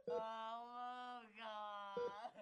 Oh God.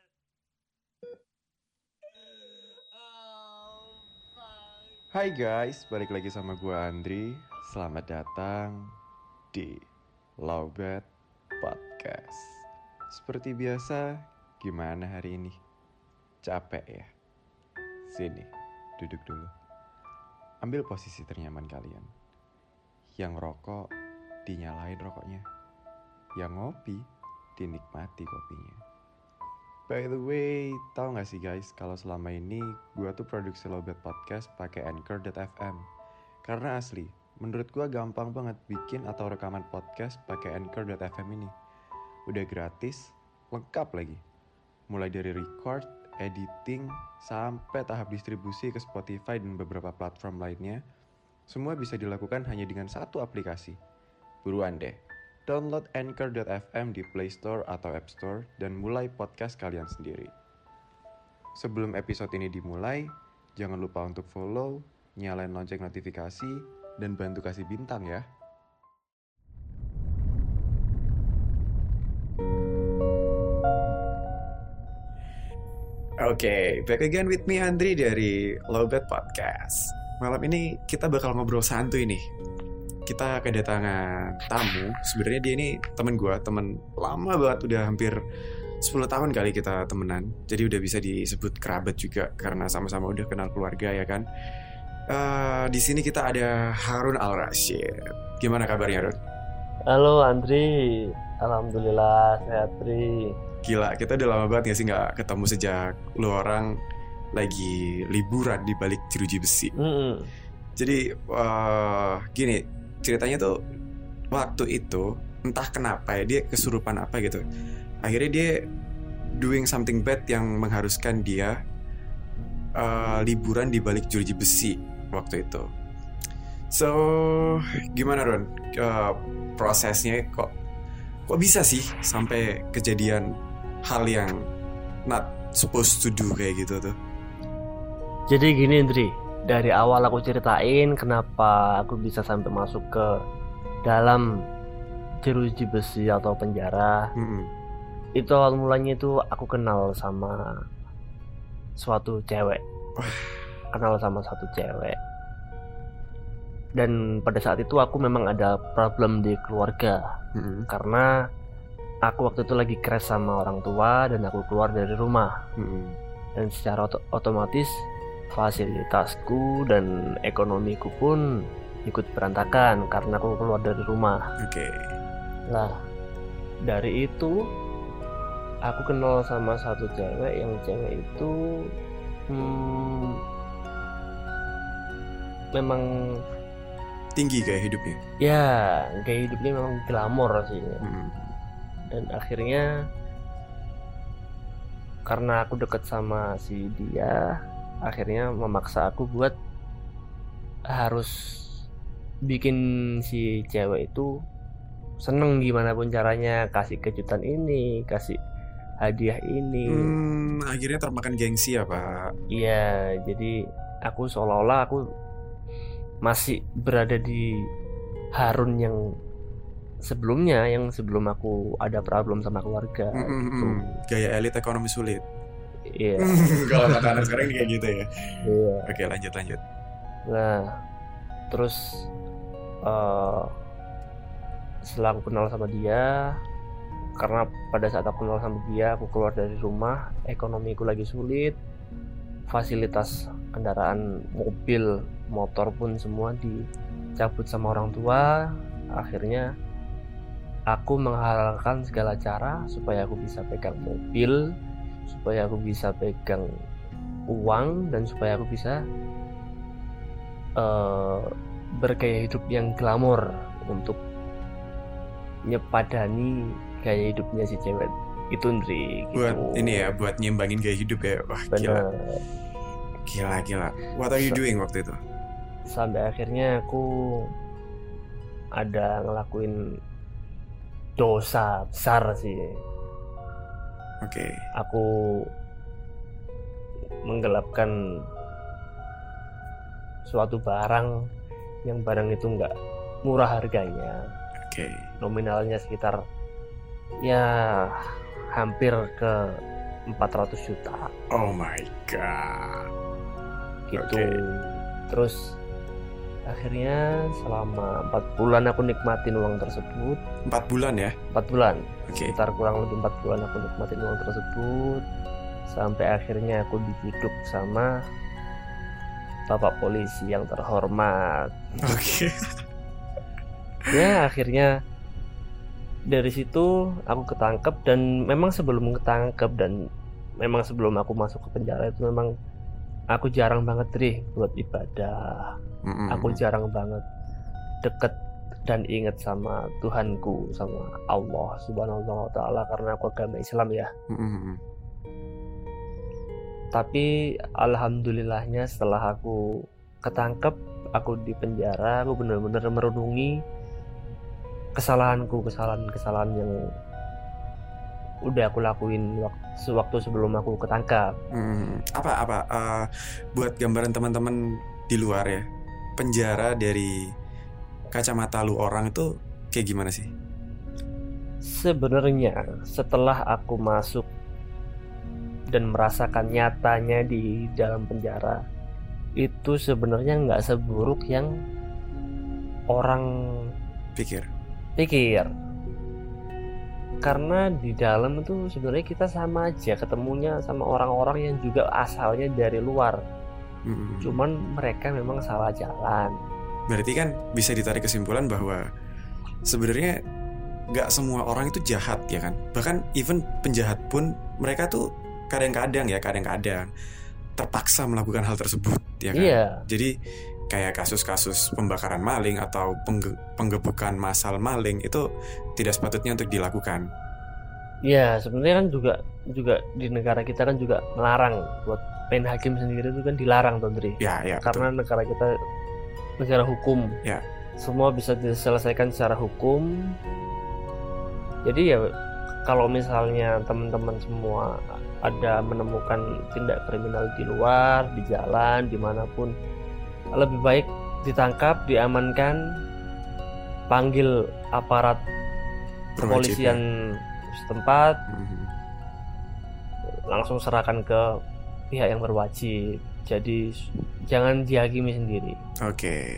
Oh fuck. Hai guys, balik lagi sama gue Andri. Selamat datang di Lowbat Podcast. Seperti biasa, gimana hari ini? Capek ya? Sini, duduk dulu. Ambil posisi ternyaman kalian. Yang rokok, dinyalain rokoknya. Yang ngopi, dinikmati kopinya. By the way, tahu gak sih guys, kalau selama ini gue tuh produksi Lowbat Podcast pakai Anchor.fm. Karena asli, menurut gue gampang banget bikin atau rekaman podcast pakai Anchor.fm ini. Udah gratis, lengkap lagi. Mulai dari record, editing, sampai tahap distribusi ke Spotify dan beberapa platform lainnya, semua bisa dilakukan hanya dengan satu aplikasi. Buruan deh, download Anchor.fm di Play Store atau App Store dan mulai podcast kalian sendiri. Sebelum episode ini dimulai, jangan lupa untuk follow, nyalain lonceng notifikasi, dan bantu kasih bintang ya. Oke, back again with me Andri dari Lowbat Podcast. Malam ini kita bakal ngobrol santuy nih. Kita kedatangan tamu. Sebenarnya dia ini temen gue, temen lama banget, udah hampir 10 tahun kali kita temenan. Jadi udah bisa disebut kerabat juga karena sama-sama udah kenal keluarga ya kan. Di sini kita ada Harun Al-Rashid. Gimana kabarnya, Harun? Halo Andri, alhamdulillah sehat Tri. Gila, kita udah lama banget gak sih gak ketemu sejak lu orang lagi liburan di balik jeruji besi. Jadi gini, ceritanya tuh waktu itu entah kenapa ya, dia kesurupan apa gitu. Akhirnya dia doing something bad yang mengharuskan dia liburan di balik jeruji besi waktu itu. So gimana Ron? Prosesnya kok bisa sih sampai kejadian hal yang not supposed to do kayak gitu tuh? Jadi gini Andri, dari awal aku ceritain kenapa aku bisa sampai masuk ke dalam jeruji besi atau penjara. Itu awal mulanya itu aku kenal sama suatu cewek. Kenal sama satu cewek. Dan pada saat itu aku memang ada problem di keluarga. Karena aku waktu itu lagi crash sama orang tua dan aku keluar dari rumah. Dan secara otomatis fasilitasku dan ekonomiku pun ikut berantakan karena aku keluar dari rumah. Nah, dari itu aku kenal sama satu cewek, yang cewek itu memang tinggi kayak hidupnya. Ya, gaya hidupnya memang glamor sih. Dan akhirnya karena aku deket sama si dia, akhirnya memaksa aku buat harus bikin si cewek itu seneng gimana pun caranya, kasih kejutan ini, kasih hadiah ini. Akhirnya termakan gengsi ya Pak? Iya, jadi aku seolah-olah aku masih berada di Harun yang sebelumnya, yang sebelum aku ada problem sama keluarga. Gaya elit ekonomi sulit. Iya. Kalau kata anak sekarang kayak gitu ya. Iya. Oke, lanjut. Nah, terus setelah aku kenal sama dia, karena pada saat aku kenal sama dia, aku keluar dari rumah, ekonomiku lagi sulit, fasilitas kendaraan mobil, motor pun semua dicabut sama orang tua. Akhirnya aku menghalalkan segala cara supaya aku bisa pegang mobil, supaya aku bisa pegang uang, dan supaya aku bisa bergaya hidup yang glamor untuk nyepadani gaya hidupnya si cewek itu, Ndri, gitu. Buat ini ya, buat nyimbangin gaya hidup ya. Wah, bener. Gila. What are you doing waktu itu? Sampai akhirnya aku ada ngelakuin dosa besar sih. Aku menggelapkan suatu barang yang barang itu nggak murah harganya. Nominalnya sekitar Ya hampir ke 400 juta Oh my god. gitu. Oke. Terus akhirnya selama 4 bulan aku nikmatin uang tersebut. 4 bulan ya? 4 bulan, Oke. sekitar kurang lebih 4 bulan aku nikmatin uang tersebut. Sampai akhirnya aku diciduk sama bapak polisi yang terhormat. Oke. Ya akhirnya dari situ aku ketangkep. Dan memang sebelum ketangkep dan memang sebelum aku masuk ke penjara itu memang aku jarang banget Dri buat ibadah. Aku jarang banget deket dan inget sama Tuhanku, sama Allah Subhanahu wa Ta'ala, karena aku agama Islam ya. Tapi alhamdulillahnya setelah aku ketangkep, aku di penjara, aku benar-benar merenungi kesalahan yang udah aku lakuin waktu sebelum aku ketangkap. Buat gambaran teman-teman di luar ya, penjara dari kacamata lu orang itu kayak gimana sih? Sebenarnya setelah aku masuk dan merasakan nyatanya di dalam penjara, itu sebenarnya nggak seburuk yang orang pikir. Karena di dalam itu sebenarnya kita sama aja ketemunya sama orang-orang yang juga asalnya dari luar. Cuman mereka memang salah jalan. Berarti kan bisa ditarik kesimpulan bahwa sebenarnya nggak semua orang itu jahat ya kan. Bahkan even penjahat pun mereka tuh kadang-kadang terpaksa melakukan hal tersebut ya kan. Iya. Jadi kayak kasus-kasus pembakaran maling atau penggebukan massal maling itu tidak sepatutnya untuk dilakukan. Ya sebenarnya kan juga di negara kita kan juga melarang buat main hakim sendiri itu kan dilarang tuh Dri. Ya, karena betul. Negara kita negara hukum. Ya. Semua bisa diselesaikan secara hukum. Jadi ya kalau misalnya teman-teman semua ada menemukan tindak kriminal di luar, di jalan, dimanapun, lebih baik ditangkap, diamankan, panggil aparat kepolisian setempat, langsung serahkan ke pihak yang berwajib. Jadi jangan dihakimi sendiri. Oke.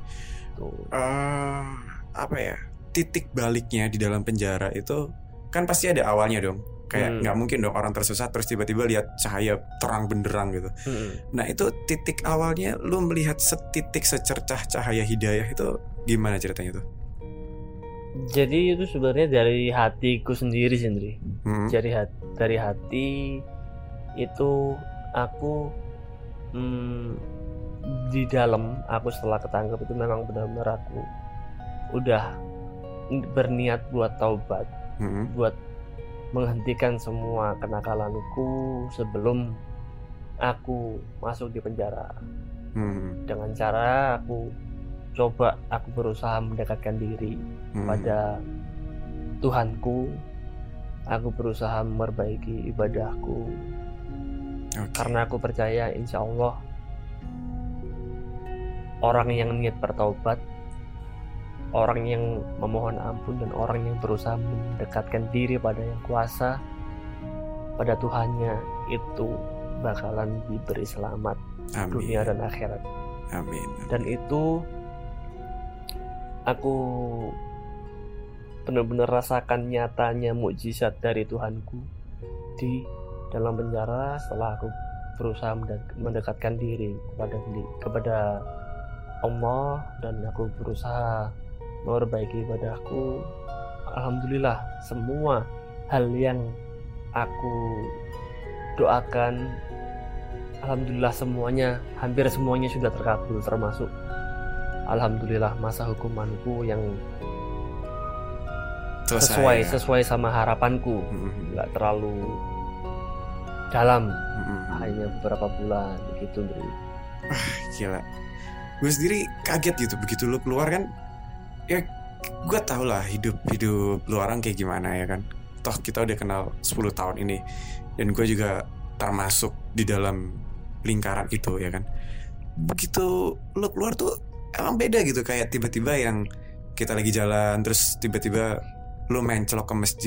Apa ya? Titik baliknya di dalam penjara itu kan pasti ada awalnya dong. Kayak nggak mungkin dong orang tersesat terus tiba-tiba lihat cahaya terang benderang gitu. Nah itu titik awalnya lu melihat setitik secercah cahaya hidayah itu gimana ceritanya tuh? Jadi itu sebenarnya dari hatiku sendiri. Dari hati itu aku di dalam aku setelah ketangkep itu memang benar-benar aku udah berniat buat taubat, buat menghentikan semua kenakalanku sebelum aku masuk di penjara. Dengan cara aku berusaha mendekatkan diri pada Tuhanku. Aku berusaha memperbaiki ibadahku. Karena aku percaya insya Allah orang yang niat bertaubat, orang yang memohon ampun, dan orang yang berusaha mendekatkan diri pada yang kuasa, pada Tuhannya, itu bakalan diberi selamat. Amin. Dunia dan akhirat. Amin. Dan itu aku benar-benar rasakan nyatanya mukjizat dari Tuhanku di dalam penjara setelah aku berusaha mendekatkan diri kepada Allah, dan aku berusaha memperbaiki ibadahku. Alhamdulillah semua hal yang aku doakan, alhamdulillah hampir semuanya sudah terkabul, termasuk alhamdulillah masa hukumanku yang sesuai sama harapanku, nggak terlalu dalam, hanya beberapa bulan gitu. Gila, gue sendiri kaget gitu begitu lu keluar kan. Ya gue tau lah hidup lu orang kayak gimana ya kan. Toh kita udah kenal 10 tahun ini, dan gue juga termasuk di dalam lingkaran itu ya kan. Begitu lu keluar tuh emang beda gitu. Kayak tiba-tiba yang kita lagi jalan terus tiba-tiba lu mencelok ke masjid,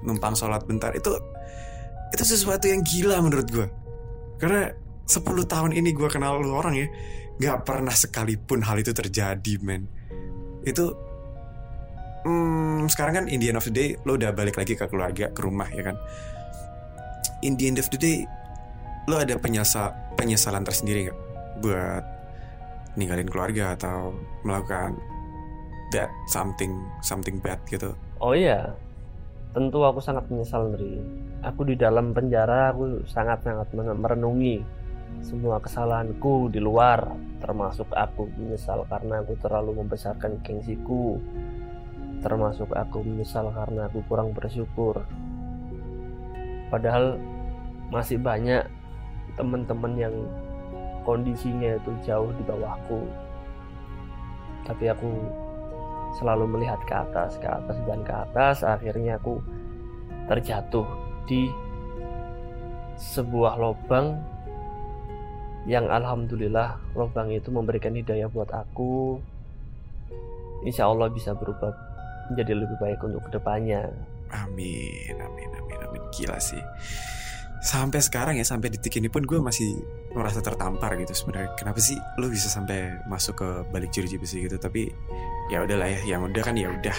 numpang sholat bentar, itu sesuatu yang gila menurut gue. Karena 10 tahun ini gue kenal lu orang ya, gak pernah sekalipun hal itu terjadi, men. Itu sekarang kan in the end of the day lo udah balik lagi ke keluarga, ke rumah ya kan. In the end of the day lo ada penyesalan tersendiri gak buat ninggalin keluarga atau melakukan that something bad gitu? Oh iya, tentu aku sangat menyesal, Nri. Aku di dalam penjara, aku sangat-sangat merenungi semua kesalahanku di luar, termasuk aku menyesal karena aku terlalu membesarkan gengsiku, termasuk aku menyesal karena aku kurang bersyukur. Padahal masih banyak teman-teman yang kondisinya itu jauh di bawahku, tapi aku selalu melihat ke atas dan ke atas. Akhirnya aku terjatuh di sebuah lubang yang alhamdulillah lubang itu memberikan hidayah buat aku. Insya Allah bisa berubah menjadi lebih baik untuk kedepannya. Amin. Gila sih. Sampai sekarang ya, sampai detik ini pun gue masih merasa tertampar gitu sebenarnya. Kenapa sih lo bisa sampai masuk ke balik jeruji besi gitu? Tapi ya udahlah ya, yang udah kan ya udah.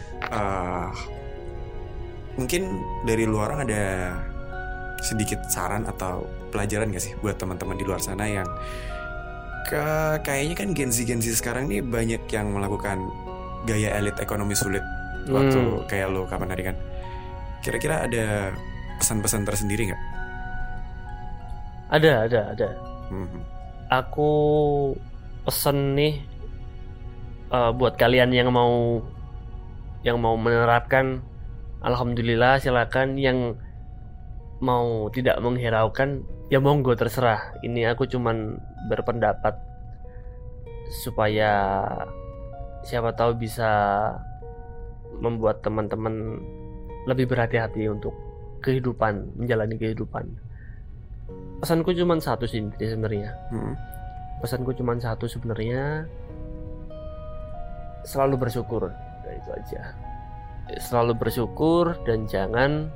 Mungkin dari luar orang ada sedikit saran atau pelajaran gak sih buat teman-teman di luar sana yang kayaknya kan Gen Z sekarang nih banyak yang melakukan gaya elit ekonomi sulit waktu kayak lo kapan hari kan. Kira-kira ada pesan-pesan tersendiri nggak? Ada. Aku pesen nih buat kalian yang mau menerapkan, alhamdulillah silakan. Yang mau tidak menghiraukan, ya monggo terserah. Ini aku cuman berpendapat supaya siapa tahu bisa membuat teman-teman lebih berhati-hati untuk menjalani kehidupan. Pesanku cuma satu sih sebenarnya. Pesanku cuma satu sebenarnya, selalu bersyukur. Nah, itu aja. Selalu bersyukur dan jangan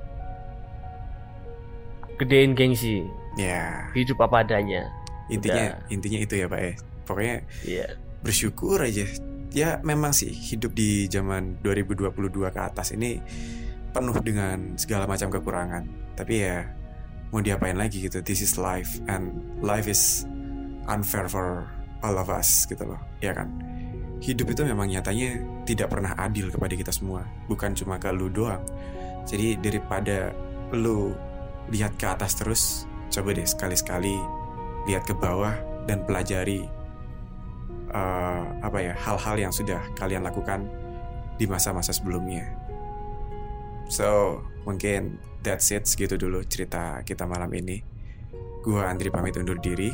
gedein gengsi. Ya. Hidup apa adanya. Intinya itu ya Pak ya. Pokoknya bersyukur aja. Ya memang sih hidup di zaman 2022 ke atas ini penuh dengan segala macam kekurangan. Tapi ya mau diapain lagi gitu. This is life, and life is unfair for all of us gitu loh. Ya kan. Hidup itu memang nyatanya tidak pernah adil kepada kita semua. Bukan cuma ke lu doang. Jadi daripada lu lihat ke atas terus, coba deh sekali-sekali lihat ke bawah dan pelajari hal-hal yang sudah kalian lakukan di masa-masa sebelumnya. So mungkin that's it, segitu dulu cerita kita malam ini. Gua Andri pamit undur diri.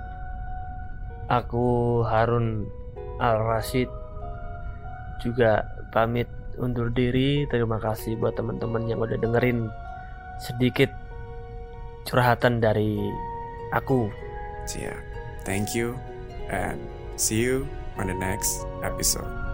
Aku Harun Al-Rashid juga pamit undur diri. Terima kasih buat teman-teman yang udah dengerin sedikit curhatan dari aku. Siap. Thank you and see you on the next episode.